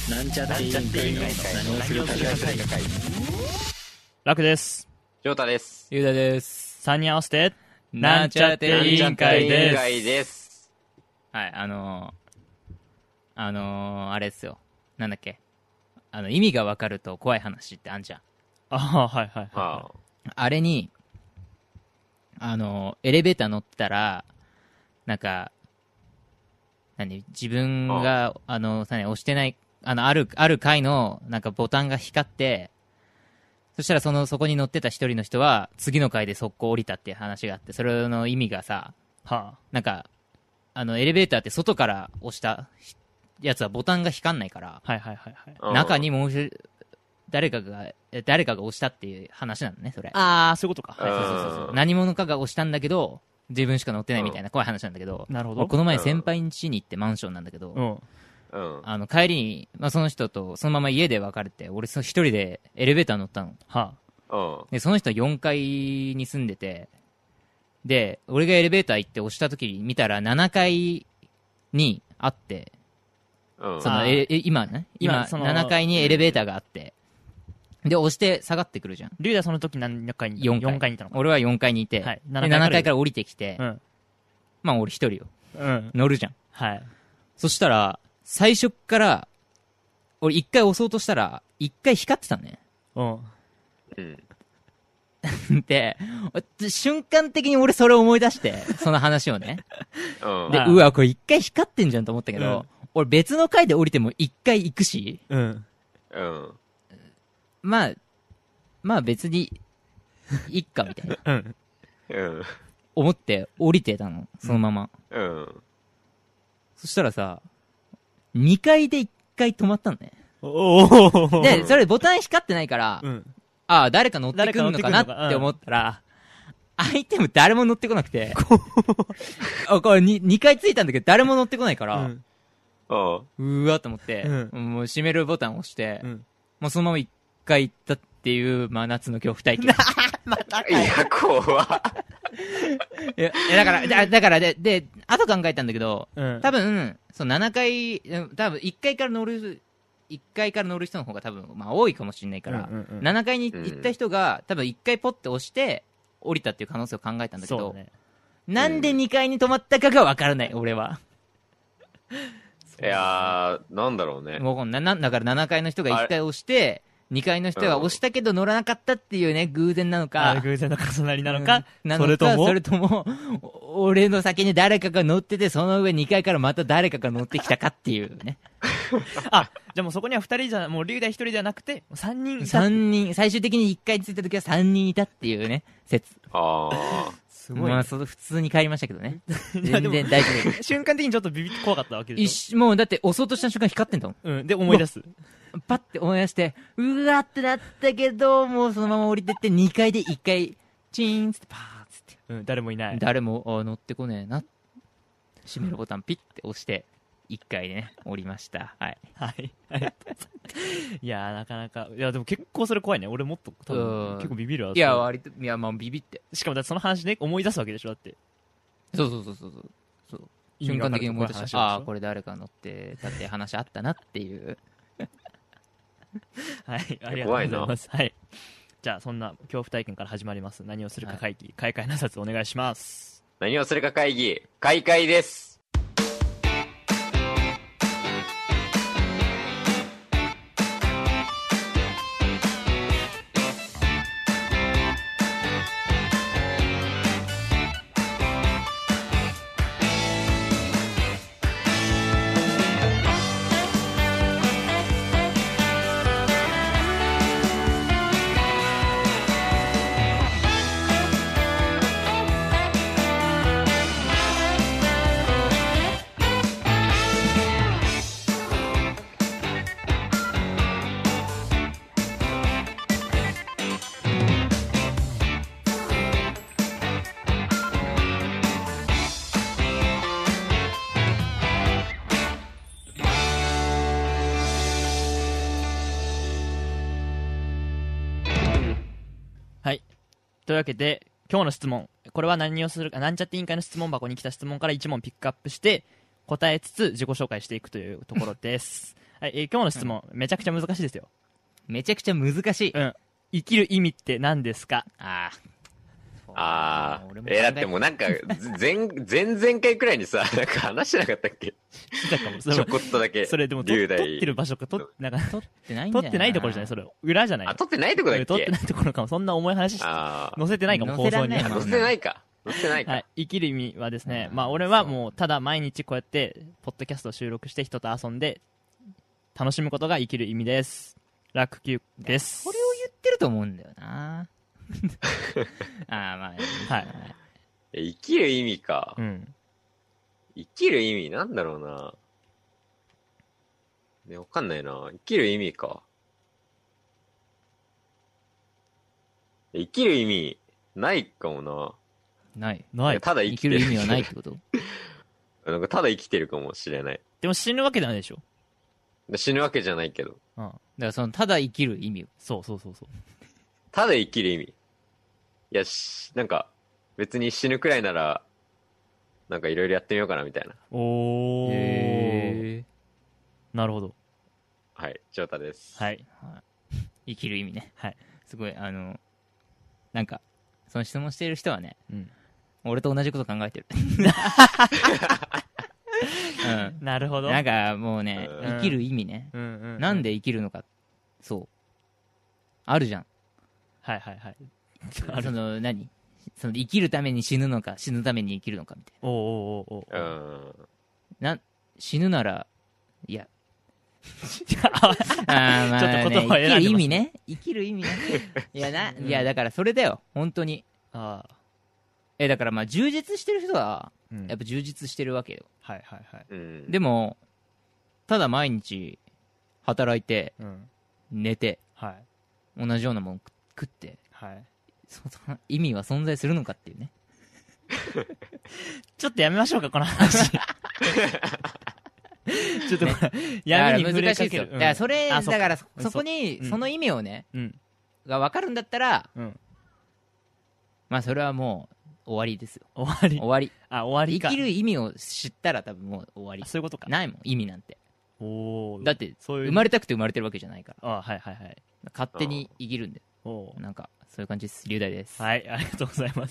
なんちゃって委員会の何をするか会議。 楽です。 ジョータです。 ゆうだです。 3人合わせてなんちゃって委員会です。 はい、あれですよ。なんだっけ。意味がわかると怖い話ってあんじゃん。 ああ、はいはいはい、 はあれに、エレベーター乗ったら、なんか、自分が、押してない、ある階の、なんかボタンが光って、そしたらそこに乗ってた一人の人は、次の階で速攻降りたっていう話があって、それの意味がさ、なんか、エレベーターって外から押したやつはボタンが光んないから、 はいはいはいはい。 中にもう一人、誰かが押したっていう話なんだね、それ。 ああ、そういうことか。 はい、そう。何者かが押したんだけど、自分しか乗ってないみたいな怖い話なんだけど、 なるほど。 この前先輩ん家に行ってマンションなんだけど、帰りに、その人とそのまま家で別れて、俺一人でエレベーター乗ったの。で、その人は4階に住んでて、で、俺がエレベーター行って押した時に見たら7階にあって、今7階にエレベーターがあって、で、押して下がってくるじゃん。 リュウダその時何階に 4階にいたのか。俺は4階にいて、はい、7階から降りてきて、まあ俺一人よ。乗るじゃん。 はい。 そしたら、最初から、俺1回押そうとしたら、1回光ってたね。で、瞬間的に俺それを思い出して、その話をね。で、うわ、これ1回光ってんじゃんと思ったけど、俺別の階で降りても1回行くし、まあ別に、いっかみたいな。思って降りてたの、そのまま。そしたらさ、2階で1回止まったのね。で、それボタン光ってないから、ああ、誰か乗ってくるのかなって思ったら、相手も誰も乗ってこなくて、これ 2回ついたんだけど誰も乗ってこないから、うわと思って、もう閉めるボタンを押して、もうそのまま1回行ったっていう、まあ夏の恐怖体験。 いや、怖だからで、後考えたんだけど、多分、7階、多分1階から乗る人の方が多分、まあ多いかもしれないから、7階に行った人が、多分1回ポッて押して、降りたっていう可能性を考えたんだけど、なんで2階に止まったかがわからない、俺は。 いやー、なんだろうね。 だから7階の人が1回押して、2階の人が押したけど乗らなかったっていうね、偶然なのか。 偶然の重なりなのか、 それとも、俺の先に誰かが乗ってて、その上2階からまた誰かが乗ってきたかっていうね。 あ、じゃあもうそこには2人じゃ、もうリュウダ1人ではなくて、3人いた。 3人、最終的に1階に着いた時は3人いたっていうね、説。すごい、ね。まあ、普通に帰りましたけどね。全然大丈夫。 瞬間的にちょっとビビって怖かったわけでしょ。 もうだって押そうとした瞬間光ってんだもん。で、思い出す。 パッて思い出して、うわってなったけど、もうそのまま降りてって2階で1回、チーンつってパーッつって。 誰もいない。 誰も乗ってこねえな。閉めるボタンピッて押して、1回でね、降りました。はい。 はい。いやー、なかなか。いや、でも結構それ怖いね。俺もっと多分、結構ビビるわ。 いや、まあビビって。 しかもだってその話ね、思い出すわけでしょ、だって。 そう瞬間的に思い出した。ああ、これ誰か乗ってたって話あったなっていう。 はい、ありがとうございます。はい。じゃあ、そんな恐怖体験から始まります。何をするか会議、開会なさつお願いします。 何をするか会議、開会です。 というわけで今日の質問、これは何をするか、なんちゃって委員会の質問箱に来た質問から1問ピックアップして答えつつ自己紹介していくというところです。はい、今日の質問、めちゃくちゃ難しいですよ。 めちゃくちゃ難しい。 生きる意味って何ですか？ だってもうなんか、前々回くらいにさ、なんか話してなかったっけ？ちょこっとだけ。 それでも撮ってる場所か撮ってないところじゃない？それ裏じゃない？ 撮ってないところだっけ？ 撮ってないところかも。そんな重い話載せてないかも、放送に。 載せてないか。 はい、生きる意味はですね、俺はもうただ毎日こうやってポッドキャストを収録して人と遊んで楽しむことが生きる意味です。ラック Q です。 これを言ってると思うんだよな。 はい。 生きる意味か。生きる意味なんだろうな。ね、わかんないな。生きる意味か。生きる意味ないかもな。 ない。 ただ生きてる。 生きる意味はないってこと？ なんかただ生きてるかもしれない。 でも死ぬわけじゃないでしょ。 死ぬわけじゃないけど。 だからそのただ生きる意味。 そう。 ただ生きる意味。いやなんか別に死ぬくらいならなんかいろいろやってみようかなみたいな。 なるほど。 はい、翔太です。 はい。 生きる意味ね。 はい。 すごいなんかその質問している人はね、俺と同じこと考えてる。 なるほど。 なんかもうね、生きる意味ね、なんで生きるのか、そうあるじゃん。 はいその生きるために死ぬのか死ぬために生きるのかみたいな。死ぬならいやちょっと言葉選んでますね。 生きる意味ね。生きる意味ね。いやだからそれだよ本当に。だから充実してる人はやっぱ充実してるわけよ。でもただ毎日働いて、寝て、同じようなもん食って、その意味は存在するのかっていうね。 ちょっとやめましょうかこの話。ちょっとやめに触れかける。 だからそこにその意味をねが分かるんだったら、それはもう終わりですよ。終わりか。生きる意味を知ったら多分もう終わり。 そういうことか。 ないもん意味なんて。だって生まれたくて生まれてるわけじゃないから。勝手に生きるんで。なんかそういう感じです。龍大です。 はい、ありがとうございます。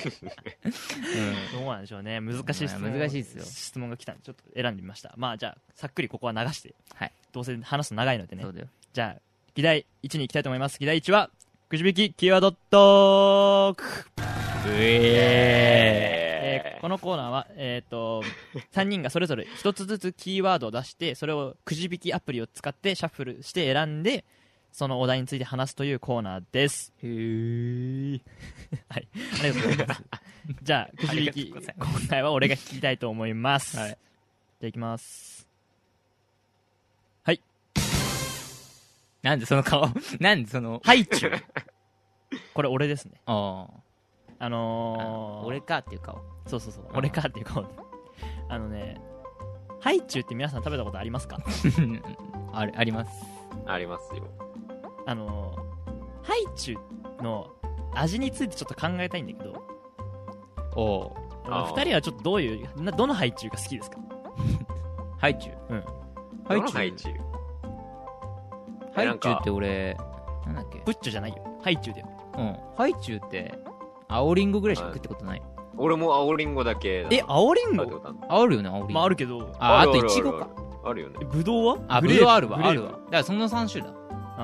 どうなんでしょうね。難しい質問。 難しいですよ。 質問が来たんでちょっと選んでみました。じゃあさっくりここは流して、どうせ話すと長いのでね。 そうだよ。 じゃあ議題1に行きたいと思います。議題1はくじ引きキーワードトーク。このコーナーは3人がそれぞれ1つずつキーワードを出して、それをくじ引きアプリを使ってシャッフルして選んでそのお題について話すというコーナーです。はい、ありがとうございます。じゃあくじ引き今回は俺が引きたいと思います。じゃあいきます。はい。 なんでその顔なんでそのハイチュウ。これ俺ですね。 俺かっていう顔。 そう俺かっていう顔。ハイチュウって皆さん食べたことありますか？ あります。 ありますよ。 ハイチュウの味についてちょっと考えたいんだけど、2人はちょっとどのハイチュウが好きですか？ ハイチュウ。 ハイチュウって俺なんだっけ？ プッチョじゃないよ。ハイチュウだよ。 ハイチュウって青リンゴぐらいしか食ってことない。 俺も青リンゴだけ。 青リンゴ？ あるよね、青リンゴ。 あるけど。 あとイチゴか。 あるよね。 ブドウは？ ブドウあるわ。だからその3種だ。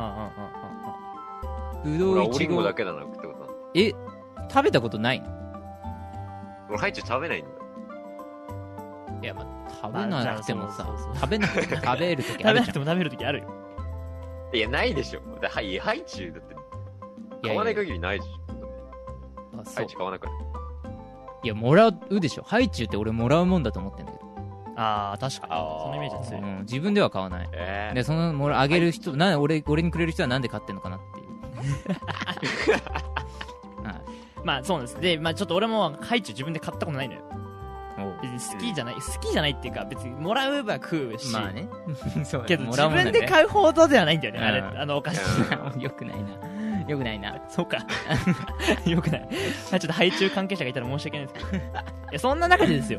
ブドウ、イチゴ。 青リンゴだけだな食ってこと。 食べたことないの？ 俺ハイチュウ食べないんだ。 いや食べなくてもさ、食べるときあるじゃん。 食べなくても食べるときあるよ。 いやないでしょ。ハイチュウだって買わない限りないでしょ。ハイチュウ買わなくない？ いやもらうでしょ。ハイチュウって俺もらうもんだと思ってんだけど。 確かにそのイメージは強い。 自分では買わない。でそのあげる人、俺にくれる人はなんで買ってんのかなっていう。 そうです。でちょっと俺もハイチュウ自分で買ったことないのよ。別に好きじゃないっていうか、別にもらえば食うし、 ねけど自分で買うほどではないんだよね、あれお菓子。 よくないな。 そうか。よくない。ちょっとハイチュウ関係者がいたら申し訳ないですけど。そんな中でですよ。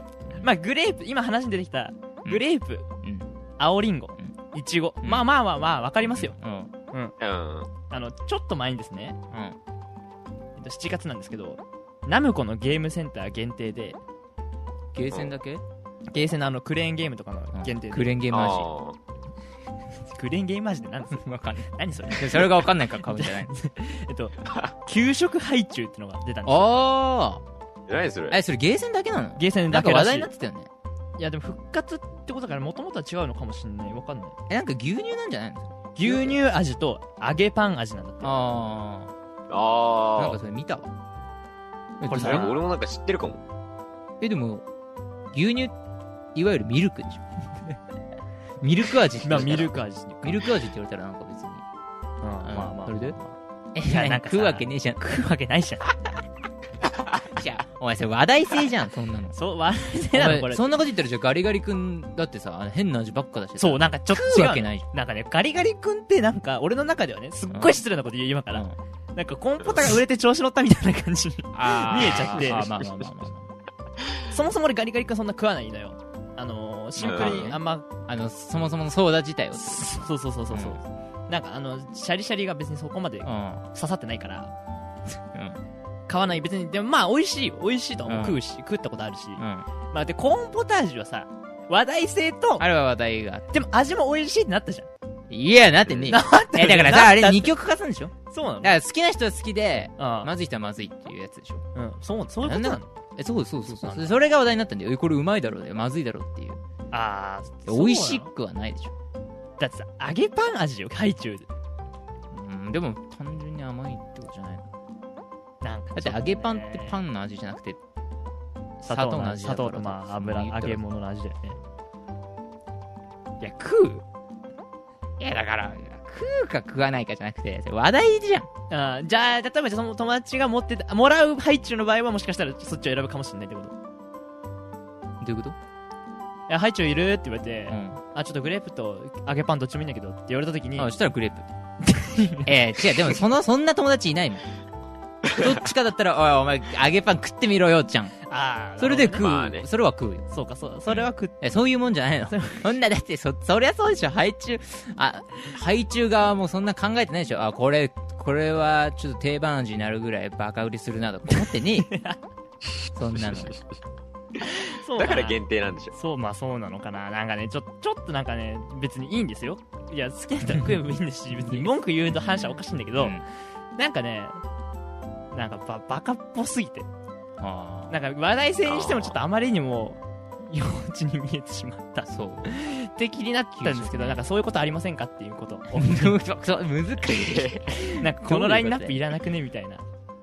まあグレープ、今話に出てきたグレープ、 うん青リンゴ、イチゴ、まあわかりますよ。 うんちょっと前にですね、 うん 7月なんですけど、ナムコのゲームセンター限定で、 ゲーセンだけ？ ゲーセンのクレーンゲームとかの限定で、 クレーンゲーム味。 クレーンゲーム味って何ですか？ わかんない。 何それ？ それがわかんないから買うんじゃない給食ハイチュウってのが出たんですよ。 あ何それ？ あ。それゲーセンだけなの？ ゲーセンなんか話題だけらしい。 になってたよね。 いやでも復活ってことからもともとは違うのかもしれない。わかんない。 なんか牛乳なんじゃないの？ 牛乳味と揚げパン味なんだって。 あなんかそれ見たわ。 これなんか俺もなんか知ってるかも。 でも牛乳いわゆるミルクでしょ。ミルク味って言われたらミルク味。 ミルク味って言われたらなんか別にまあそれでいやなんか食うわけねえじゃん。 食うわけないじゃん。 じゃあお前それ話題性じゃんそんなの。 そう話題性なのこれ。 そんなこと言ったらじゃあガリガリ君だってさ変な味ばっかだしさ。 そうなんかちょっと食う違うわけないじゃん。 なんかねガリガリ君ってなんか俺の中ではねすっごい失礼なこと言う今から。なんかコンポタが売れて調子乗ったみたいな感じに見えちゃって。 まあそもそも俺ガリガリ君そんな食わないのよ。シンプルにあんまそもそものソーダ自体を。 そうなんかシャリシャリが別にそこまで刺さってないから買わない。別にでもまあ美味しいとは思う。食ったことあるし、まあでコーンポタージュはさ話題性とあれは話題があって、 でも味も美味しいってなったじゃん。 いやなってねだからさあれ二極化するんでしょ。 そうなの。 だから好きな人は好きでああまずい人はまずいっていうやつでしょ。 そういうことなの。 そうそれが話題になったんだよ。これうまいだろうねまずいだろうっていう。 ああ美味しくはないでしょ。 だってさ揚げパン味よハイチュウで。 でも単純に甘いってことじゃないの。 なんかだって揚げパンってパンの味じゃなくて砂糖の味だから。砂糖とまあ油揚げ物の味だよね。いや食う。 いやだから食うか食わないかじゃなくて話題じゃん。 じゃあ例えばその友達が持ってたもらうハイチュウの場合はもしかしたらそっちを選ぶかもしれないってこと。 どういうこと？ いやハイチュウいるって言われて、ちょっとグレープと揚げパンどっちもいいんだけどって言われた時に、 したらグレープ。違うでもそんな友達いないもん。どっちかだったらお前揚げパン食ってみろよちゃん。それで食う、それは食うよ。 そうかそれは食ってそういうもんじゃないの。そんなだってそりゃそうでしょ。ハイチュウ側もそんな考えてないでしょ。これはちょっと定番味になるぐらいバカ売りするなとか思ってねえ。そんなの。 だから限定なんでしょ。 そうまあそうなのかな。なんかねちょっとなんかね別にいいんですよ。いや好きな人は食えばいいんだし別に文句言うと話はおかしいんだけど、なんかねなんかバカっぽすぎて、なんか話題性にしてもちょっとあまりにも幼稚に見えてしまったって気になったんですけど、なんかそういうことありませんかっていうこと。 難しい。 なんかこのラインナップいらなくねみたいな。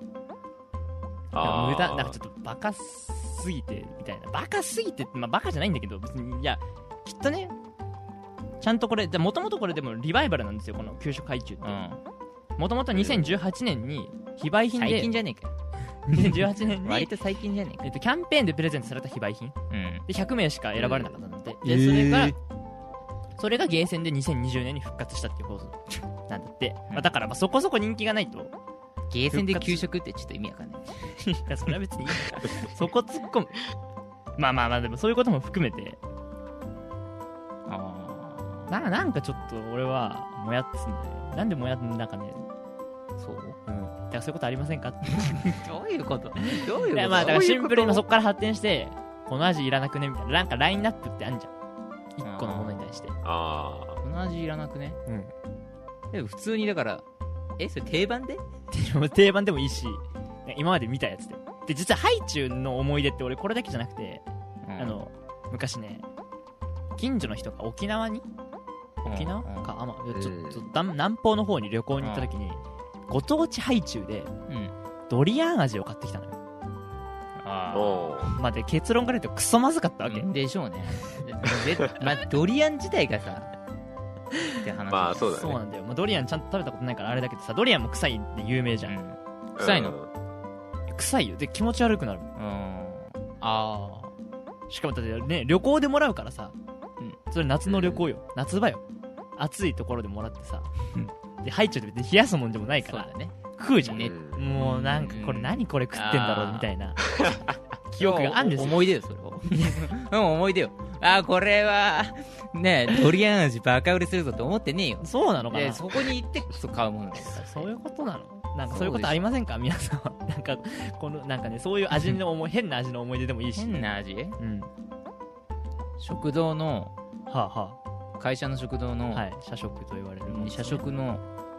無駄なんかちょっとバカすぎてみたいな。バカすぎてまあバカじゃないんだけど別に。いやきっとねちゃんとこれもともとこれでもリバイバルなんですよこの給食ハイチュウって。もともと2018年に非売品で最近じゃねえか。 2018年に割と最近じゃねえか。 キャンペーンでプレゼントされた非売品、で100名しか選ばれなかったので、それがゲーセンで2020年に復活したっていうことなんだって、だからまあそこそこ人気がないと。 ゲーセンで給食ってちょっと意味わかんない。 いやそれは別にいいからそこ突っ込む。まあでもそういうことも含めてなんかちょっと俺はもやっつんだよ。なんでもやっなんかねそう、だからそういうことありませんか？どういうこと？ いやまあだからシンプルにそこから発展してこの味いらなくねみたいな、なんかラインナップってあるじゃん1個のものに対して。 この味いらなくね。でも普通にだからそれ定番で定番でもいいし今まで見たやつで実はハイチュウの思い出って俺これだけじゃなくて、昔ね近所の人が沖縄かちょっと南方の方に旅行に行った時にご当地ハイチュウでドリアン味を買ってきたのよ。まあで結論から言うとクソまずかったわけでしょうね。まあドリアン自体がさって話。 まあそうだね。 そうなんだよ。まあドリアンちゃんと食べたことないからあれだけどさ、ドリアンも臭いって有名じゃん。 臭いの？ 臭いよ。で気持ち悪くなる。しかもだってね旅行でもらうからさ、それ夏の旅行よ。夏場よ。暑いところでもらってさ、でハイチュウで別に冷やすもんでもないから食うじゃん。もうなんかこれ何これ食ってんだろうみたいな記憶があるんですよ。 思い出よそれを。 思い出よ。これはねドリアン味バカ売れするぞって思ってねえよ。 そうなのかな。 でそこに行ってこそ買うものだよ。 そういうことなの。なんかそういうことありませんか皆さんは。なんかこのなんかね、そういう味の思い変な味の思い出でもいいし。 変な味？ うん。 食堂の会社の食堂の、 はい、社食と言われるもの、ね、 社食の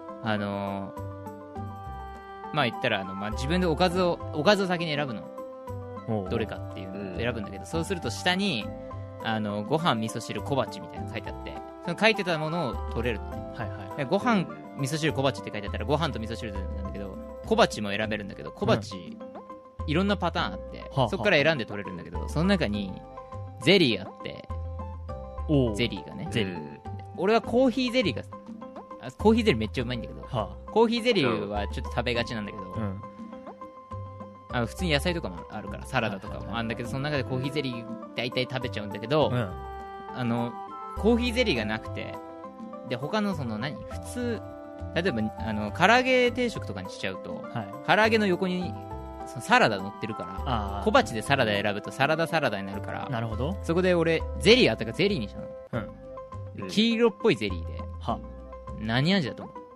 まあ言ったら自分でおかずを先に選ぶの。どれかっていうのを選ぶんだけど、そうすると下にご飯味噌汁小鉢みたいなの書いてあって、その書いてたものを取れるのね。はいはい。ご飯味噌汁小鉢って書いてあったらご飯と味噌汁なんだけど、小鉢も選べるんだけど、小鉢、いろんなパターンあって、そこから選んで取れるんだけど、その中にゼリーあって、ゼリーがね、俺はコーヒーゼリーがコーヒーゼリーめっちゃうまいんだけど、コーヒーゼリーはちょっと食べがちなんだけど、普通に野菜とかもあるからサラダとかもあるんだけど、その中でコーヒーゼリー大体食べちゃうんだけど、コーヒーゼリーがなくて、で他の普通例えば唐揚げ定食とかにしちゃうと、唐揚げの横にそのサラダ乗ってるから、小鉢でサラダ選ぶとサラダになるから、なるほど。そこで俺ゼリーあったからゼリーにしたの、黄色っぽいゼリーで、何味だと思う？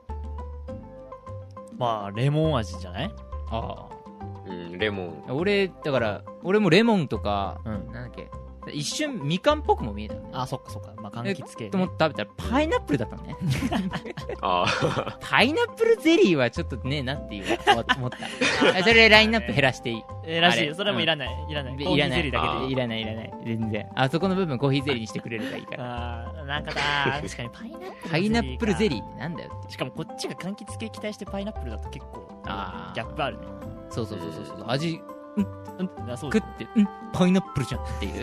まあレモン味じゃない？ レモン。 俺もレモンとか、なんだっけ、一瞬みかんっぽくも見えたの。 そっかそっか、まあ柑橘系、ね、 と思って食べたらパイナップルだったのね。パイナップルゼリーはちょっとねえなっていう思った。それでラインナップ減らしていい。それもいらない、コーヒーゼリーだけでいらない全然。あそこの部分コーヒーゼリーにしてくれればいいから。 なんか確かにパイナップルゼリーってなんだよって。 しかもこっちが柑橘系期待してパイナップルだと結構ギャップあるね。 そう味食ってパイナップルじゃんっていう。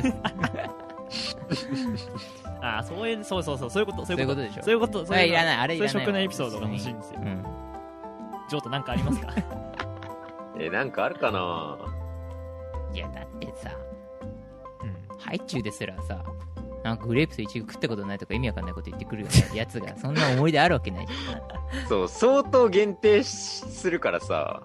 そういうことでしょ。そういうこと。 いらない、あれいらない。 そういう食のエピソードが欲しいんですよ。ジョートなんかありますか？ なんかあるかな。 いやだってさ、ハイチュウですらさ、なんかグレープとイチゴ食ったことないとか意味わかんないこと言ってくるようなやつがそんな思い出あるわけないじゃん。 そう、相当限定するからさ、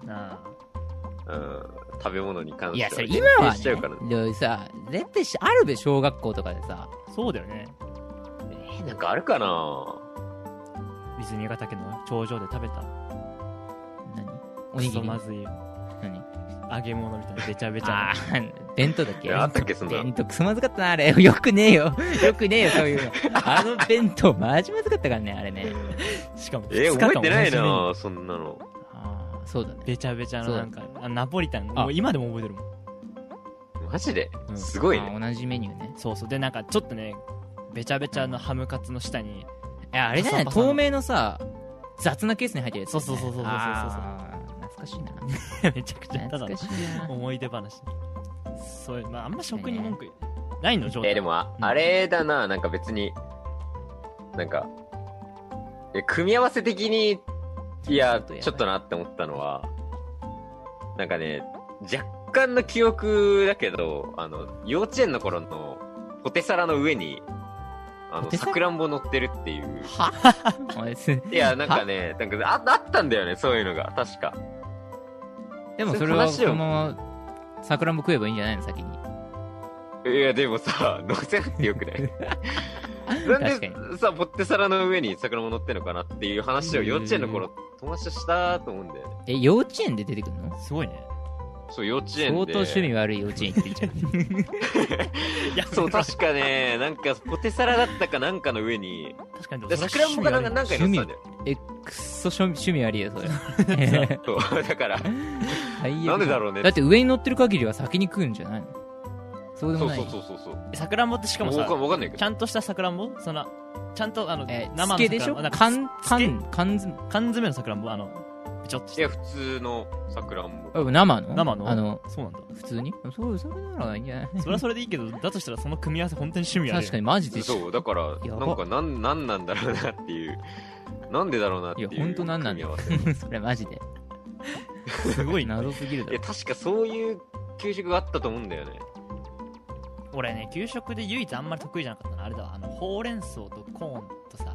食べ物に関しては。いや、それ今はね、でもさ、絶対あるべ、小学校とかでさ。 そうだよね。 なんかあるかな。 新潟県の頂上で食べた。 何？おにぎり。 まずいよ。 何？ 揚げ物みたいなべちゃべちゃ。 弁当だっけ？ あったっけそんな。 弁当くそまずかったなあれ。よくねえよそういうの。あの弁当マジまずかったからねあれね。 しかも覚えてないなそんなの。 そうだね。 べちゃべちゃのなんかナポリタン、もう今でも覚えてるもん。 マジで？すごいね。 同じメニューね。 そうでなんかちょっとねべちゃべちゃのハムカツの下に、 あれだね、透明のさ雑なケースに入ってるやつ。 そう。 懐かしいな。 めちゃくちゃただの思い出話。そういうあんま食に文句ないの状態。 でもあれだな、なんか別になんか組み合わせ的にちょっとなって思ったのは、なんかね、若干の記憶だけど、幼稚園の頃のポテサラの上にさくらんぼ乗ってるっていう。いや、なんかね、なんかあったんだよね、そういうのが確か。 でもそれはそのままさくらんぼ食えばいいんじゃないの、先に。 いやでもさ、乗せなくてよくないなんでさ、ポテサラの上にさくらんぼ乗ってんのかなっていう話を幼稚園の頃友達としたと思うんだよね。 幼稚園で出てくるの？ すごいね。 そう、幼稚園で。 相当趣味悪い幼稚園行ってんじゃん。 いや、そう、確かね、なんかポテサラだったかなんかの上に、 確かにさくらんぼかなんかに乗ってたんだよ。 くっそ趣味悪いよ、それ。 そう、だから、なんでだろうね。 だって上に乗ってる限りは先に食うんじゃないの？そうでもない。 そう。 さくらんぼってしかもさ、 わかんないけど。 ちゃんとしたさくらんぼ？ちゃんと生の漬けでしょ？缶詰のさくらんぼちょっとして。 いや、普通のさくらんぼ。 生のそうなんだ。 普通に？そうならいいんじゃない？ それはそれでいいけど、だとしたらその組み合わせ本当に趣味ある。 確かにマジで。 そう、だから、なんかなんなんだろうなっていう。なんでだろうなっていう。 いや、本当なんなんだよ。それマジで。 すごい謎すぎるだろ。 確かそういう給食があったと思うんだよね。 俺ね、給食で唯一あんまり得意じゃなかったのあれだわ。ほうれん草とコーンとさ、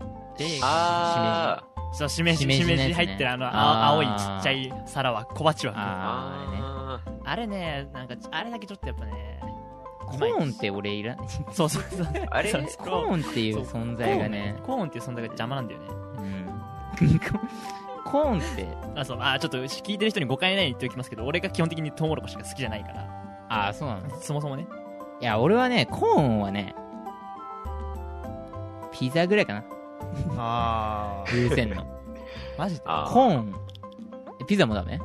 そう、しめじ入ってる青いちっちゃい皿は小鉢枠。あれね、なんかあれだけちょっとやっぱね、 コーンって俺いらない。 そうそうそう。 あれそうコーンっていう存在がね。 コーンっていう存在が邪魔なんだよね。 コーンってちょっと聞いてる人に誤解ないように言っておきますけど、俺が基本的にトウモロコシが好きじゃないから。 そうなの。 そもそもね。 いや俺はねコーンはねピザぐらいかな。許せんの。 マジで。 コーンピザもダメ？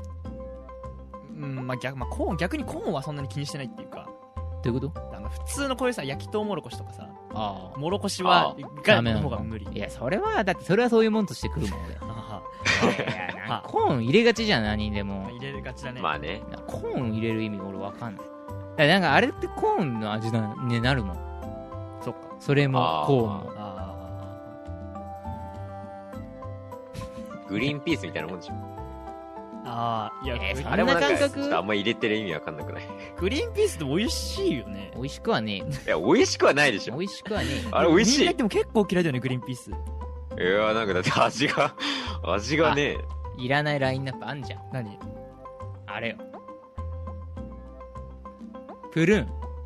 逆にコーンはそんなに気にしてないっていうか。 どういうこと？ 普通のこういうさ、焼きとうもろこしとかさ、もろこしダメなの方が無理。 いやそれはだってそれはそういうもんとしてくるもん俺。いやコーン入れがちじゃん何にでも。 入れがちだね。 まあね。 コーン入れる意味俺わかんない。だからなんかあれってコーンの味になるもん。 そっか。 それもコーンも。 グリーンピースみたいなもんでしょ。 いや、 あれもなんかちょっとあんま入れてる意味わかんなくない？ グリーンピースって美味しいよね。 美味しくはねえ。いや、美味しくはないでしょ。 美味しくはねえ。 あれ美味しい。 みんなでも結構嫌いだよね、グリーンピース。 いや、なんかだって味がね。 いらないラインナップあんじゃん。 何？ あれよ。プルーン。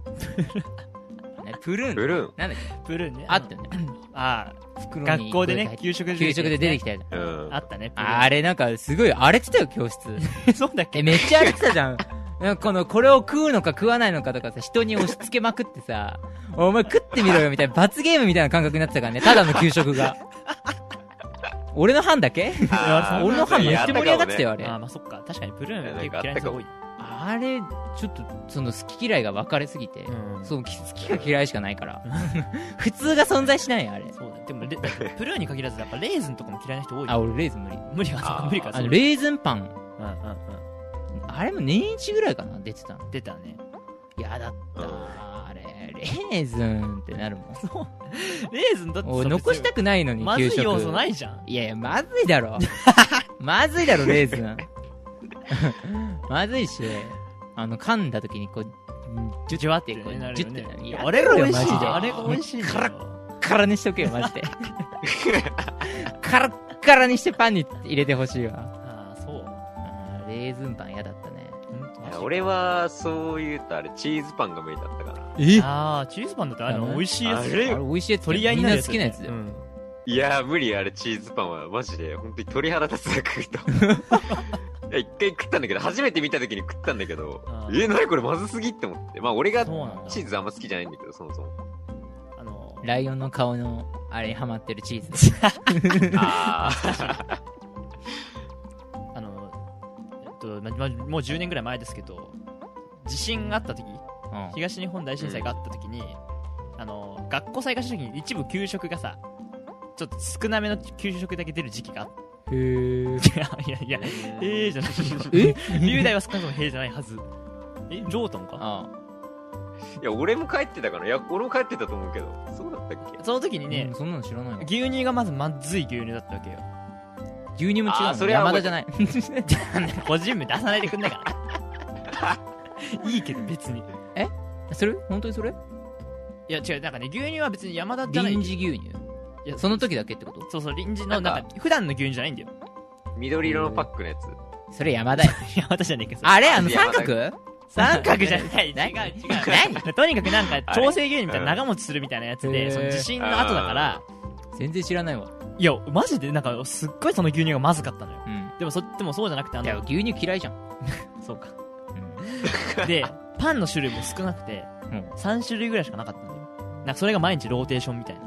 プルーン。なんだっけ？ プルーンね。 あったよね。 学校でね、給食で出てきたやつ。 あったね。 あれなんかすごい荒れてたよ、教室。 そうだっけ？ めっちゃ荒れてたじゃん。なんかこれを食うのか食わないのかとかさ、人に押し付けまくってさ、お前食ってみろよみたいな、罰ゲームみたいな感覚になってたからね、ただの給食が。俺の班だけ？俺の班めっちゃ盛り上がってたよ、あれ。 まあそっか。確かにプルーン結構嫌いな人多い。 あれ、ちょっと、その好き嫌いが分かれすぎて、好きか嫌いしかないから。普通が存在しないよ、あれ。 そうだ。でも、プルーンに限らず、やっぱレーズンとかも嫌いな人多い。 俺レーズン無理。 無理か。 レーズンパン。あれも年一ぐらいかな、出てたの。 出たね。 やだった。あれ、レーズンってなるもん。 そう。レーズンだって残したくないのに、 まずい要素ないじゃん。 いや、まずいだろ。まずいだろ、レーズン。まずいし、噛んだ時にこう、 ジュワってこう、 ジュってなる。 あれが美味しいじゃん。 あれが美味しいんだよ。 カラッカラにしとけよ、マジで。カラッカラにしてパンに入れてほしいわ。 そう。 レーズンパン嫌だったね。 俺は、そう言うとあれ、チーズパンが無理だったから。 チーズパンだって美味しいやつ。 あれ美味しいやつ。 取り合いになるやつ。 みんな好きなやつだよ。 いや無理、あれチーズパンはマジで本当に鳥肌立つな食うと。一回食ったんだけど、初めて見た時に食ったんだけど、何これまずすぎって思って。まあ俺がチーズあんま好きじゃないんだけど、そもそも。 ライオンの顔のあれにハマってるチーズ。 もう10年ぐらい前ですけど、地震があった時、東日本大震災があった時に、学校再開した時に一部給食がさ、ちょっと少なめの給食だけ出る時期があって。いや、じゃない。龍大は少なくともへーじゃないはず。ジョートンか？ いや、俺も帰ってたから。いや、俺も帰ってたと思うけど。そうだったっけ？ その時にね、 そんなの知らないわ。 牛乳がまずまずい牛乳だったわけよ。 牛乳も違うの？山田じゃない。 個人名出さないでくんないから。いいけど別に。 それ？本当にそれ？ いや違う、なんかね、牛乳は別に山田じゃない。 臨時牛乳？いや、その時だけってこと？ そう、臨時の、なんか、普段の牛乳じゃないんだよ。 緑色のパックのやつ。 それ山田よ。 山田じゃねえか。 あれ三角？ 三角じゃない。違う。何？とにかくなんか、調整牛乳みたいな長持ちするみたいなやつで、その地震の後だから、 全然知らないわ。 いや、マジでなんか、すっごいその牛乳がまずかったのよ。でもそうじゃなくて、 いや、牛乳嫌いじゃん。 そうか。で、パンの種類も少なくて、3種類ぐらいしかなかったんだよ。なんかそれが毎日ローテーションみたいな。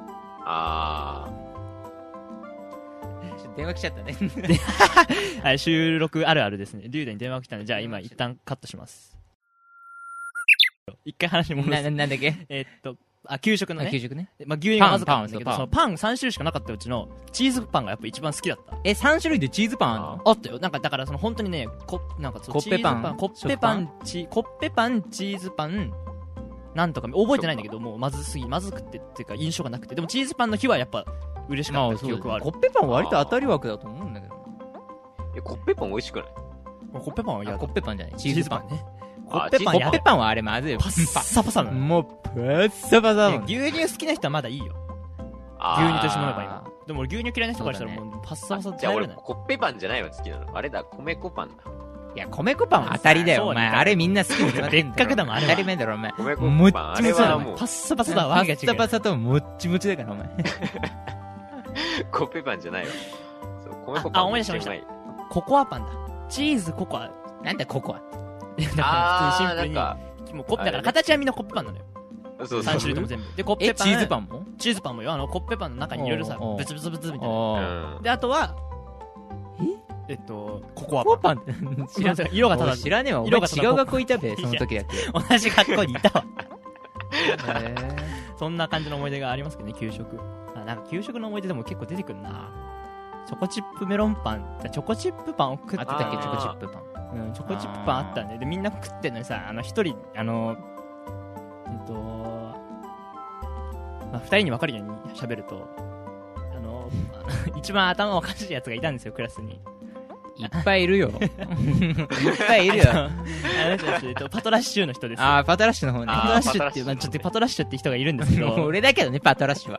電話来ちゃったね。 はい、収録あるあるですね。リュウダに電話来たんで、じゃあ今一旦カットします。一回話戻す。 なんだっけ？ 給食のね。 給食ね。 まあ、牛乳がまずかったんだけど、そのパン3種類しかなかったうちの、チーズパンがやっぱ一番好きだった。 3種類でチーズパンあんの？ あったよ。なんか、だからその本当にね、なんかコッペパン、 コッペパン、チーズパン、なんとか、覚えてないんだけど、もうまずくてっていうか印象がなくて、でもチーズパンの日はやっぱ嬉しかった記憶はある。 コッペパンは割と当たり枠だと思うんだけど。 コッペパン美味しくない？ コッペパンは嫌だ。 コッペパンじゃない、チーズパンね。 コッペパンはあれまずいよ。 パッサパサなの。 もうパッサパサだもん。 牛乳好きな人はまだいいよ。牛乳と一緒に飲めば今。でも俺牛乳嫌いな人からしたらもうパッサパサってじゃあ俺コッペパンじゃないわ好きなの。あれだ、米粉パンだ。 いや、米粉パンは当たりだよ、 そうお前。あれみんな好きに決まってんだろ。 別格だもんあれは当たり前だろ、お前。 米粉もっパン、あちもちだろ、 れはもうパッ、サパサだわ。 パスタパサともっちもちだから、お前。 コッペパンじゃないわ。そう米粉パン。 思い出しました。ココアパンだ。チーズココア。 なんだ、ココア。 いやだから普通にシンプルに。 なんもうコッペだから形はみんなコッペパンなのよ。 そう 3種類とも全部。で、コッペパン。 チーズパンもチーズパンもよ。コッペパンの中にいろいろさ、 おうブツブツブツみたいな。 あで、あとは、ココアパン。 ココアパンって知らん。 色がただ知らねえわ。お前色がただ違う学校いたべ、その時だけ。 同じ学校にいたわ。 へそんな感じの思い出がありますけどね、給食。なんか給食の思い出でも結構出てくるな。チョコチップメロンパン、チョコチップパンを食ってあったっけ、 あーチョコチップパン。 うん、チョコチップパンあったんで、で、みんな食ってんのにさ、一人、まあ、二人に分かるように喋ると、一番頭おかしいやつがいたんですよ、クラスに。 いっぱいいるよ。いっぱいいるよ。 パトラッシュの人ですよ。 あー、パトラッシュの方ね。 パトラッシュっていう、まあ、ちょっとパトラッシュって人がいるんですけど、 俺だけどね、パトラッシュは。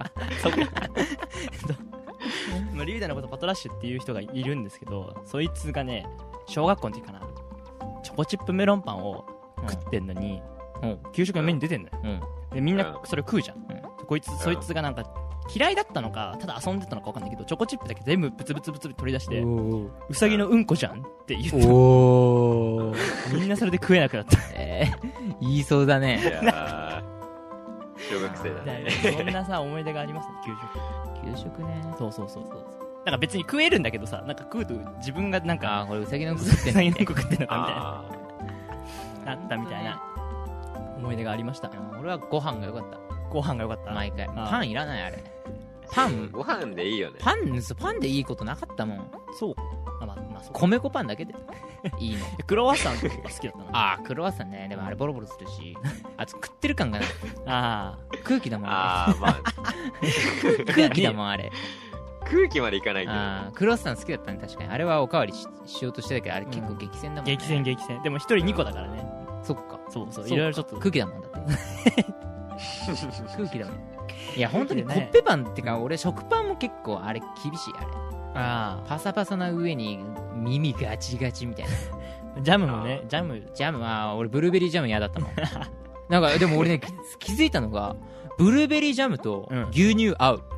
まあ、リュウダイのことパトラッシュっていう人がいるんですけど、そいつがね、小学校の時かな、チョコチップメロンパンを食ってんのに、給食のメニュー出てんのよ。で、みんなそれ食うじゃん。そいつがなんか、嫌いだったのか、ただ遊んでたのか分かんないけど、チョコチップだけ全部ブツブツブツ取り出して、うさぎのうんこじゃんって言って、 おー。 みんなそれで食えなくなった。 言いそうだね。 いやー小学生だね。 そんなさ、思い出がありますね、給食。 給食ね。 そう。なんか別に食えるんだけどさ、なんか食うと自分がなんか、 これうさぎのうんこう食ってんのさぎのうんこ食ってんのかみたいな、 あなったみたいな思い出がありました。 俺はご飯が良かっご飯が良かった。 た。毎回。 あーパンいらない、あれ。パン、 ご飯でいいよね。 パンでいいことなかったもん。 そう。まあそう。 米粉パンだけでいいの。 クロワッサンとか好きだったな。 クロワッサンね。でもあれボロボロするし。食ってる感がない。 あ空気だもん、 ああ、まあ、 空気だもん、あれ。 空気までいかないけど。 クロワッサン好きだったね、確かに。あれはおかわり しようとしてたけど、あれ結構激戦だもんね。 激戦。でも一人2個だからね。 そっか。 そう。いろいろちょっと。 空気だもんだって。空気だもん。いや、本当にコ空気でねッペパンってか、俺食パンも結構あれ厳しい、あれ。パサパサな上に耳ガチガチみたいな。 ジャムもね、ジャム。 ジャムは、俺ブルーベリージャム嫌だったもん。なんか、でも俺ね、気づいたのが、ブルーベリージャムと牛乳合う。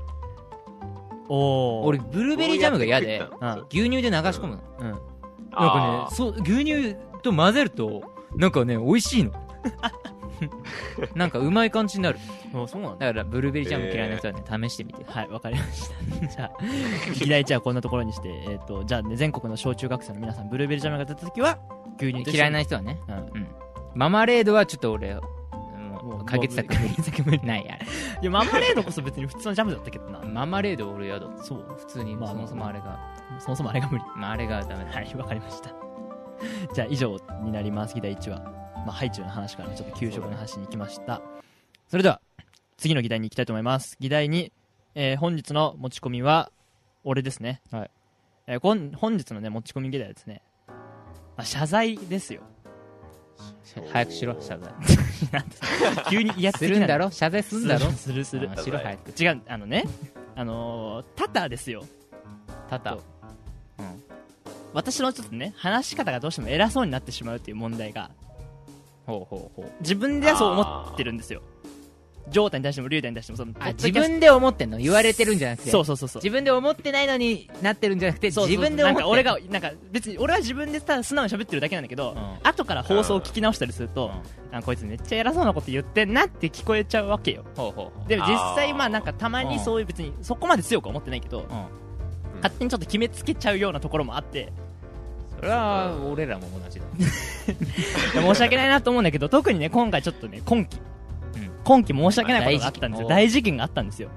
俺、ブルーベリージャムが嫌で、牛乳で流し込むの。なんかね、牛乳と混ぜると、なんかね、美味しいの。なんかうまい感じになる。 そうなんだ。 だから、ブルーベリージャム嫌いな人はね、試してみて。 はい、わかりました。じゃあ、議題1はこんなところにして、じゃあね、全国の小中学生の皆さん、ブルーベリージャムが出たときは、牛乳と嫌いな人はね。 うん。 ママレードはちょっと俺、かけてたく無理。ない、あれ。 いや、ママレードこそ別に普通のジャムだったけどな。 ママレード俺嫌だ。 そう。 普通に、そもそもあれが。 そもそもあれが無理。 あれがダメだ。 はい、わかりました。じゃあ、以上になります、議題1は。ハイチュウの話からちょっと給食の話に行きました。それでは、次の議題に行きたいと思います。議題2、本日の持ち込みは、俺ですね。はい。本日のね、持ち込み議題はですね、謝罪ですよ。 早くしろ、謝罪。 急に威圧的するんだろ、謝罪するんだろ。 する。 しろ、早く。 違う、タタですよ。 タタ。 私のちょっとね、話し方がどうしても偉そうになってしまうっていう問題が、自分ではそう思ってるんですよ。ジョータに対してもリュウダに対しても自分で思ってんの、言われてるんじゃなくて。 そう。 自分で思ってないのになってるんじゃなくて、自分で思ってる。 別に俺は自分で素直に喋ってるだけなんだけど、後から放送を聞き直したりすると、こいつめっちゃ偉そうなこと言ってんなって聞こえちゃうわけよ。でも実際たまにそういう別にそこまで強くは思ってないけど、勝手にちょっと決めつけちゃうようなところもあって、 それは俺らも同じだ。 申し訳ないなと思うんだけど、特にね、今回ちょっとね、今期申し訳ないことがあったんですよ。大事件があったんですよ。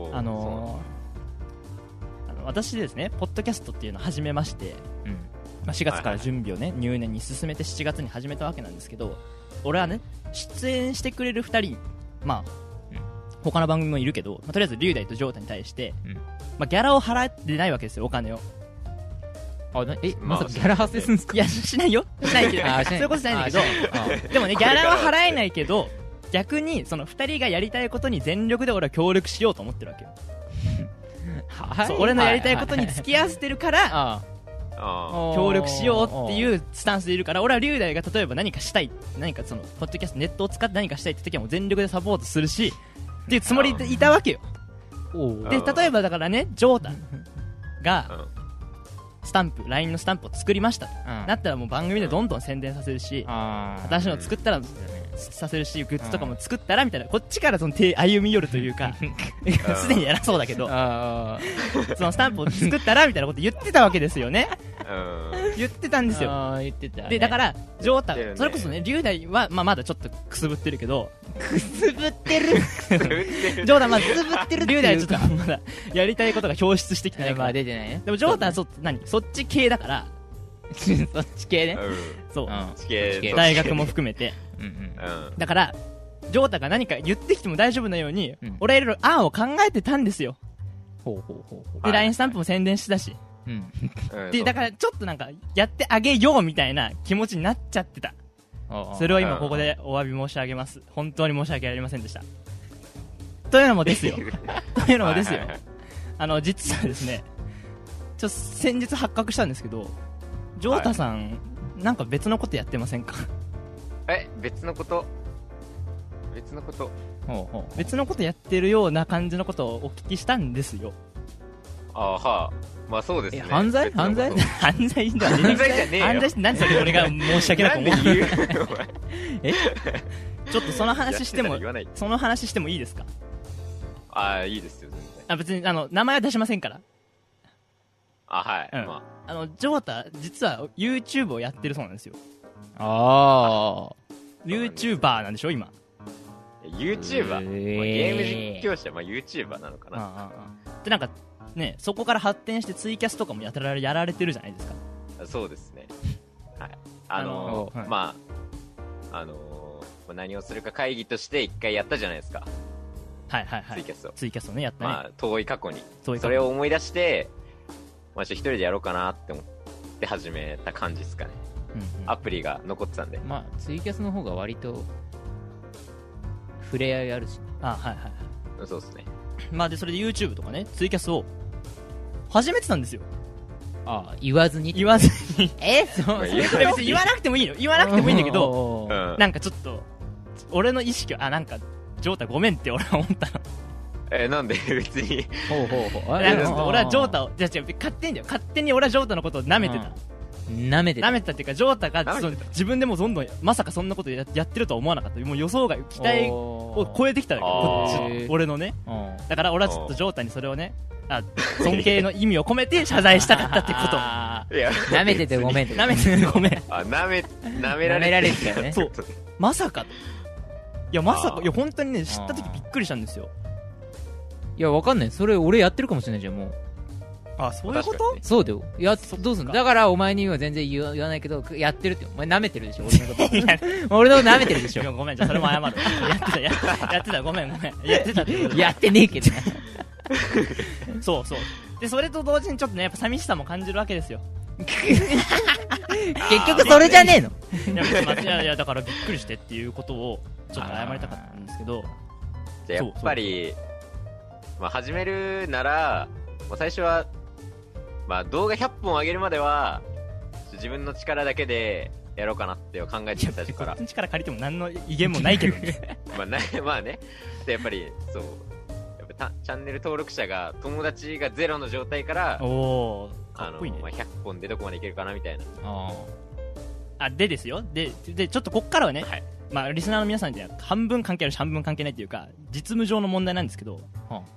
私ですね、ポッドキャストっていうのを始めまして、4月から準備をね、入念に進めて7月に始めたわけなんですけど、俺はね、出演してくれる2人、他の番組もいるけど、とりあえずリュウダイとジョータに対して、ギャラを払ってないわけですよ、お金を。 まさかギャラ発生するんですか？ いや、しないよ。しないけど、そういうことじゃないんだけど、でもね、ギャラは払えないけど、逆にその2人がやりたいことに全力で俺は協力しようと思ってるわけよ。俺のやりたいことに付き合わせてるから、 協力しようっていうスタンスでいるから、俺は龍大が例えば何かしたい、何かそのポッドキャストネットを使って何かしたいって時はもう全力でサポートするしっていうつもりでいたわけよ。で例えばだからね、ジョータがスタンプ LINE のスタンプを作りましたとなったら、もう番組でどんどん宣伝させるし、新しいの作ったらさせるし、グッズとかも作ったらみたいな、こっちからその手歩み寄るというかすでに偉そうだけどそのスタンプを作ったらみたいなこと言ってたわけですよね。言ってたんですよ。 言ってたね。 でだからジョータ、それこそね、龍大は、まだちょっとくすぶってるけど、 くすぶってるジョータまだくすぶってる、龍大はちょっとまだやりたいことが表出してきてないから、 出てないね。 でもジョータはそっち系だからそっち系ね。 そう、 系大学も含めてだからジョータが何か言ってきても大丈夫なように、俺はいろいろ案を考えてたんですよ。で LINE スタンプも宣伝してたし、でだからちょっとなんかやってあげようみたいな気持ちになっちゃってた。それを今ここでお詫び申し上げます。本当に申し訳ありませんでした。というのもですよ実はですね、先日発覚したんですけど、ジョータさん、なんか別のことやってませんか？ 別のこと別のことやってるような感じのことをお聞きしたんですよ。 まあそうですね。 犯罪犯罪じゃねえよ。犯罪して何それ俺が申し訳なく思うちょっとその話してもいいですか？ いいですよ全然。 別に名前は出しませんから。 はい、 ジョータ実は YouTube をやってるそうなんですよ。YouTuber なんでしょ今。 YouTuber、ゲーム実況者、YouTuber なのかな。 でなんかね、そこから発展してツイキャスとかもやられてるじゃないですか。 そうですね。はい。何をするか会議として一回やったじゃないですか。 はい。ツイキャスをねやったね。 遠い過去に。それを思い出して、一人でやろうかなって思って始めた感じですかね。アプリが残ってたんで。 ツイキャスの方が割と触れ合いあるし。 そうですね。 でそれで YouTube とかね、ツイキャスを始めてたんですよ。 言わずにそう別に言わなくてもいいんだけどなんかちょっと俺の意識はなんかジョータごめんって俺は思ったの。 なんで別に俺はジョータを勝手に俺はジョータのことを舐めてた。舐めてたっていうか、ジョータが自分でもどんどんまさかそんなことやってるとは思わなかった。もう予想外、期待を超えてきたわけ、こっち俺のね。だから俺はちょっとジョータにそれをね、尊敬の意味を込めて謝罪したかったってこと。 舐めててごめん。 舐められてたよね。 そう、まさか本当にね、知った時びっくりしたんですよ。 いや、わかんない。それ俺やってるかもしれないじゃん、もう。 そういうこと？ そうだよ。どうすんの？だからお前には全然言わないけど、やってるって。お前舐めてるでしょ、俺のこと。俺のこと舐めてるでしょ。 ごめん、じゃあそれも謝る。やってた、ごめん。やってたって。 やってねえけど。 そう。で、それと同時にちょっとね、やっぱ寂しさも感じるわけですよ。 結局それじゃねえの？ いや、だからびっくりしてっていうことを、ちょっと謝りたかったんですけど。 じゃあやっぱり、始めるなら、最初は、動画100本上げるまでは自分の力だけでやろうかなって考えてた最初から。 こっちの力借りても何の威厳もないけどね。 まあね。でやっぱりそう、チャンネル登録者が友達がゼロの状態から、かっこいいね。100本でどこまでいけるかなみたいな。 でですよ。でちょっとこっからはね、リスナーの皆さんには半分関係あるし半分関係ないっていうか、実務上の問題なんですけど、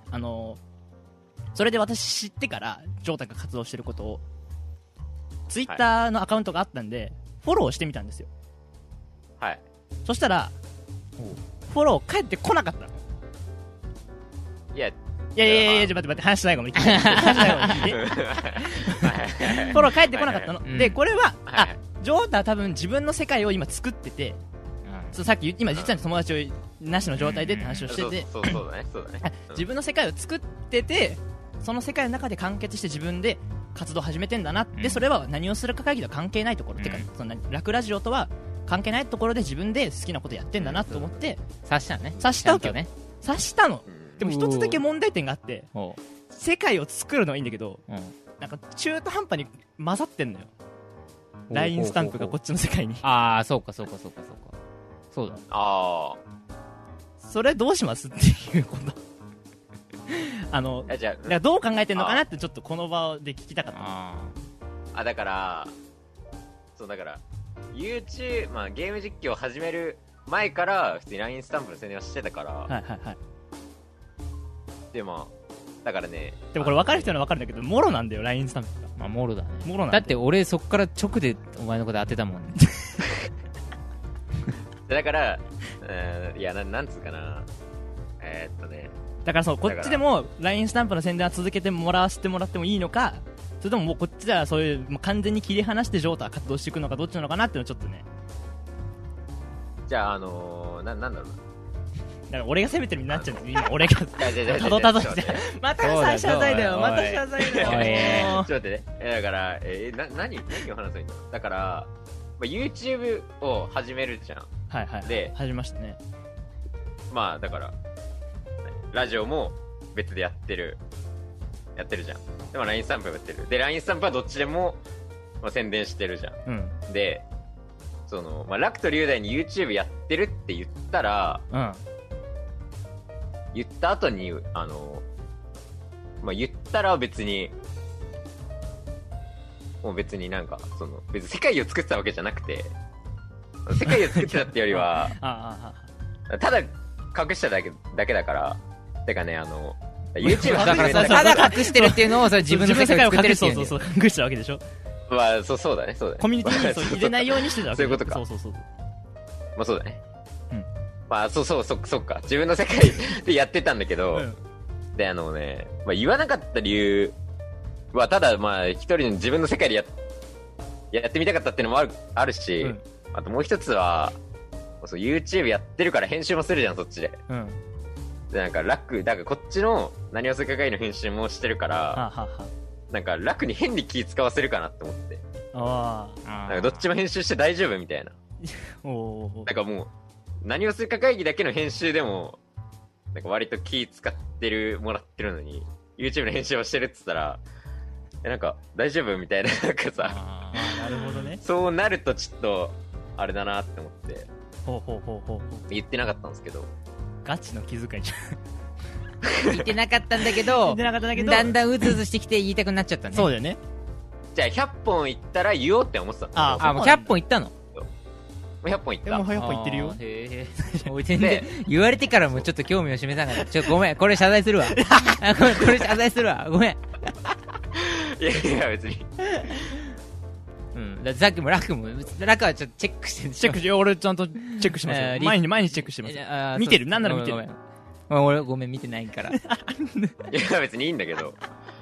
それで私知ってからジョータが活動してることをツイッターのアカウントがあったんでフォローしてみたんですよ。そしたらフォロー返ってこなかったの。いやちょっと待って話しないかも。フォロー返ってこなかったの。でこれはジョータは多分自分の世界を今作ってて、さっき今実は友達をなしの状態でって話をしてて、 そうだね。 自分の世界を作ってて、その世界の中で完結して自分で活動を始めてんだなって、それは何をするか会議とは関係ないところ、てかそんな楽ラジオとは関係ないところで自分で好きなことやってんだなと思って察したね。 察したわけよね。察したの。でも一つだけ問題点があって、世界を作るのはいいんだけど、 なんか中途半端に混ざってんのよ。LINE スタンプがこっちの世界に。 ああ、そうか。そうだ。 あそれどうしますっていうこと。 じゃだからどう考えてんのかなってちょっとこの場で聞きたかった。 だからYouTube、まあゲーム実況を始める前から普通に LINE スタンプの宣伝はしてたから、 はいはいはい。 でもだからね、 でもこれ分かる人には分かるんだけど、もろなんだよ LINE スタンプが。 まあもろだね。 もろなんだって俺そっから直でお前のこと当てたもんね。 だからいやなんつうかな、 だからそう、こっちでも LINE スタンプの宣伝は続けてもらわせてもらってもいいのか、それとももうこっちではそういうもう完全に切り離してジョータは活動していくのか、どっちなのかなっていうのをちょっとね。 じゃあなんだろうな、 だから俺が責めてるみたいになっちゃうんですよ今。俺がたどたどしてまた謝罪だよ、また謝罪だよ。 ちょっと待ってね、だから何を話せばいいんだろう。だから、まあ、YouTube を始めるじゃん。 はいはい。 で始めましたね。 まあだからラジオも別でやってるじゃん。でも LINE スタンプもやってる。で LINE スタンプはどっちでも、まあ、宣伝してるじゃん。でまあ、楽と龍大に YouTube やってるって言ったら、言った後にまあ、言ったら別にもう別になんか別に世界を作ってたわけじゃなくて、世界を作ってたってよりはただ隠しただけだから。てかねYouTube だからさ、ただ隠してるっていうのを自分の世界を作ってるっていう。 そう隠してたわけでしょ。 まあそうだね。 コミュニティに入れないようにしてたわけ。 そういうことか。 そう。 まあそうだね。まあそっか。自分の世界でやってたんだけど、でまあ言わなかった理由はただまあ一人の自分の世界でやってみたかったっていうのもあるし、あともう一つはYouTube やってるから編集もするじゃん、そっちで。でなんかだからこっちの何をするか会の編集もしてるから、なんか楽に変に気使わせるかなって思って。なんかどっちも編集して大丈夫みたいな。なんかもう何をするか会議だけの編集でもなんか割と気使ってもらってるのに YouTube の編集をしてるって言ったらなんか大丈夫みたいな、なんかさ、 なるほどね。 そうなるとちょっとあれだなって思って言ってなかったんですけど。 ガチの気遣いじゃん。言ってなかったんだけど、だんだんうずうずしてきて言いたくなっちゃったね。 そうだよね。 じゃあ100本いったら言おうって思ってた。 もう100本いったの。 もう100本いった。 もう100本いってるよ。 全然言われてからもちょっと興味を示さない。ごめん、これ謝罪するわ。これ謝罪するわ。ごめん。 いや別に。 さっきもラクはちょっとチェックしてる。 チェックして、俺ちゃんとチェックしてますよ。毎日チェックしてますよ。見てる、なんなら見てる。 俺ごめん、見てないから。いや別にいいんだけど。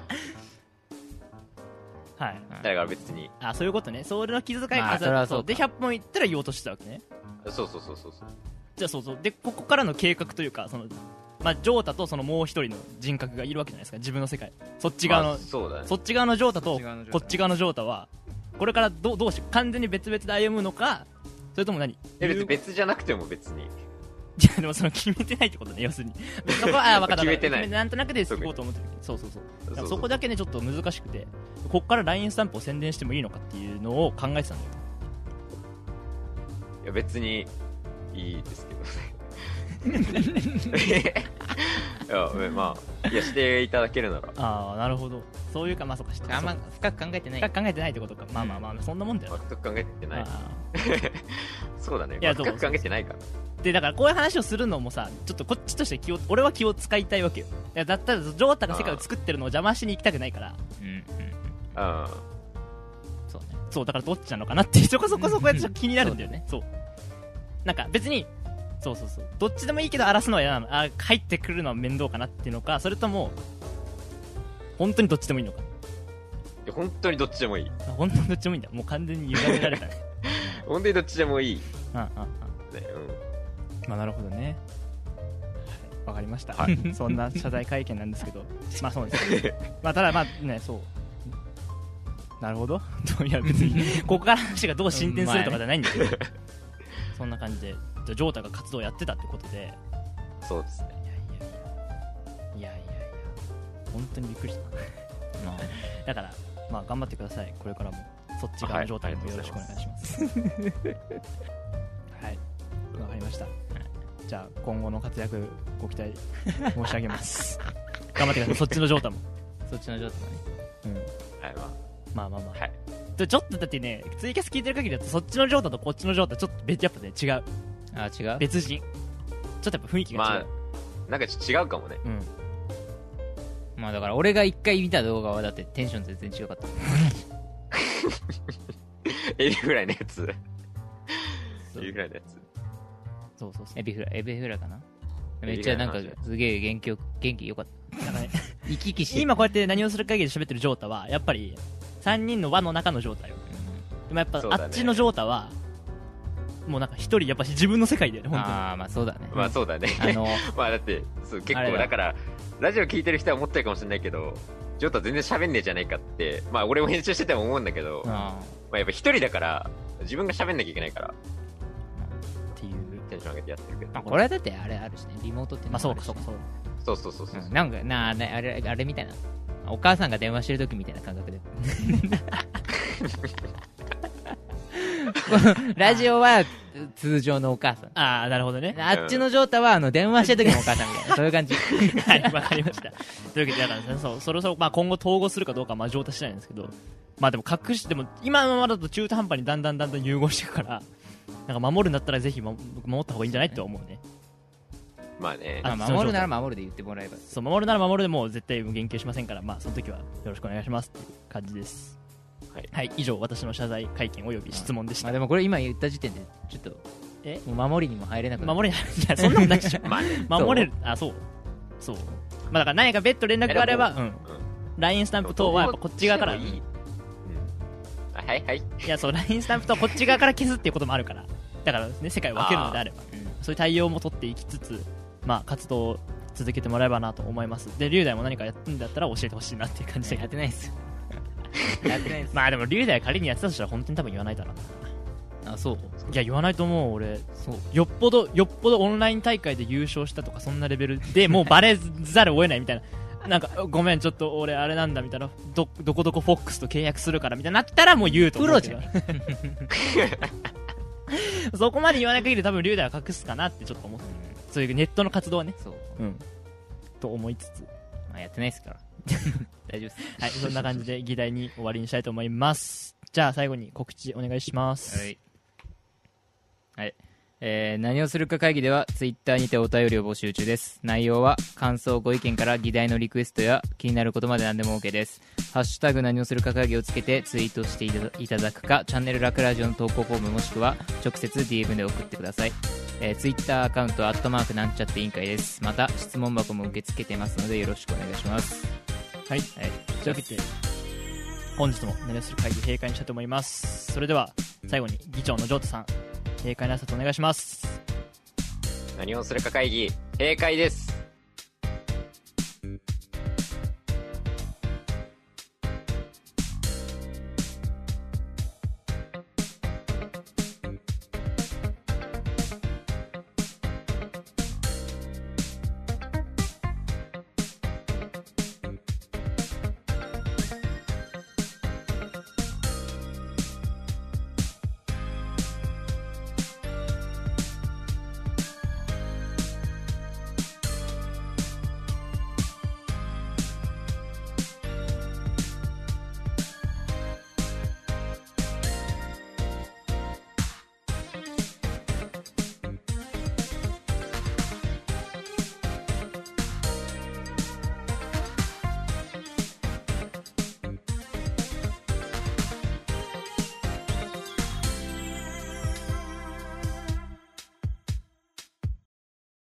はい。 だから別に。 そういうことね。それの気遣いから、そうで100本いったら言おうとしてたわけね。 そう。 じゃあそうでここからの計画というかまあジョータともう一人の人格がいるわけじゃないですか、自分の世界。そっち側のジョータとこっち側のジョータはこれからどうしよう、完全に別々で歩むのか、それとも別じゃなくても別に。 いやでも決めてないってことね、要するに。そこは分かった。 決めてない。 なんとなくで行こうと思ってる。そう。そこだけねちょっと難しくて、こっから LINE スタンプを宣伝してもいいのかっていうのを考えてたんだよ。 いや別にいいですけどね。いやしていただけるなら。 なるほど。そういうか、まあそうか、 あんま深く考えてない。 深く考えてないってことか。まあそんなもんだよ。 深く考えてない。そうだね。深く考えてないから。 でだからこういう話をするのもさ、ちょっとこっちとして俺は気を使いたいわけよ。だったらジョータが世界を作ってるのを邪魔しに行きたくないから。そうだからどっちなのかなってそこやって気になるんだよね。そうなんか別にそうどっちでもいいけど荒らすのは嫌なの。入ってくるのは面倒かなっていうのか、それとも本当にどっちでもいいのか。 いや本当にどっちでもいい。 本当にどっちでもいいんだ。もう完全に委ねられたね。 本当にどっちでもいい。 まあなるほどね。わかりました。そんな謝罪会見なんですけど、まあそうです。まあただまあね、そうなるほど。いや別にここから話がどう進展するとかじゃないんだけど、そんな感じでジョータが活動をやってたってことで。 そうですね。 いや本当にびっくりした。 だからまあ頑張ってください。これからもそっち側の状態もよろしくお願いしますはいわかりました。じゃあ今後の活躍ご期待申し上げます頑張ってください。そっちの状態もそっちの状態もね。 はい、 まあまあまあ、 はい、 ちょっとだってね、ツイキャス聞いてる限りだとそっちの状態とこっちの状態ちょっとやっぱね違う。 違う、 別人。ちょっとやっぱ雰囲気が違う。 まあなんかちょっと違うかもね。 まあだから俺が一回見た動画はだってテンション全然違かったエビフライのやつエビフライのやつそうエビフライかな。めっちゃなんかすげえ元気よかった。なんかね生き生きして今こうやって何をする限り喋ってるジョータはやっぱり3人の輪の中のジョータよ、でもやっぱ、あっちのジョータはもうなんか一人やっぱ自分の世界で本当に。 まあそうだね。 まあそうだねまあだってそう結構だからラジオ聞いてる人は思ってるかもしれないけど、ジョータ全然喋んねえじゃないかって、まあ俺も編集してても思うんだけど、まあやっぱ一人だから自分が喋んなきゃいけないからっていうテンション上げてやってるけど、 これはだってあれあるしね、リモートってまあそうかそうなんかあれみたいな、お母さんが電話してる時みたいな感覚でラジオは通常のお母さん。 ああなるほどね。 あっちのジョータは電話してる時のお母さんみたいなそういう感じはいわかりました。というわけでだから、そろそろまあ今後統合するかどうかはまあジョータ次第なんですけど、まあでもでも今のままだと中途半端にだんだん融合していくから、なんか守るんだったらぜひ守った方がいいんじゃないって思うね。 まあね、 守るなら守るで言ってもらえば。 そう守るなら守るでもう絶対言及しませんから、まあその時はよろしくお願いしますっていう感じです。はい、以上私の謝罪会見および質問でした。 まあでもこれ今言った時点でちょっともう守りにも入れなくなる。 守りに入れない。そんなことないでしょ守れる。あ、そうまあだから何か別途連絡があればLINE スタンプ等はやっぱこっち側からはいはい、 いやそう LINE スタンプとこっち側から消すっていうこともあるから、だからね世界を分けるのであればそういう対応も取っていきつつ、まあ活動を続けてもらえばなと思います。で龍大も何かやってんだったら教えてほしいなっていう感じで。 やってないですまあでも龍大仮にやってたとしたら本当に多分言わないだろうな。 あ、そう。 いや言わないと思う俺。そうよっぽどオンライン大会で優勝したとかそんなレベルでもうバレざるを得ないみたいななんかごめんちょっと俺あれなんだみたいな、どこどこフォックスと契約するからみたいになったらもう言うと思うけど。プロじゃんそこまで言わない限り多分龍大は隠すかなってちょっと思って、そういうネットの活動はね、そう、と思いつつ、 まあ、やってないですから大丈夫です。 はい、そんな感じで議題に終わりにしたいと思います。じゃあ最後に告知お願いします。 はい、何をするか会議ではツイッターにてお便りを募集中です。内容は感想ご意見から議題のリクエストや気になることまで何でも OK です。ハッシュタグ何をするか会議をつけてツイートしていただくか、チャンネルラクラジオの投稿フォームもしくは直接 DM で送ってください。ツイッターアカウントなんちゃって委員会です。また質問箱も受け付けてますのでよろしくお願いします。 はい、というわけで本日も何をする会議閉会にしたいと思います。それでは最後に議長のジョータさん、閉会の挨拶お願いします。 何をするか会議閉会です。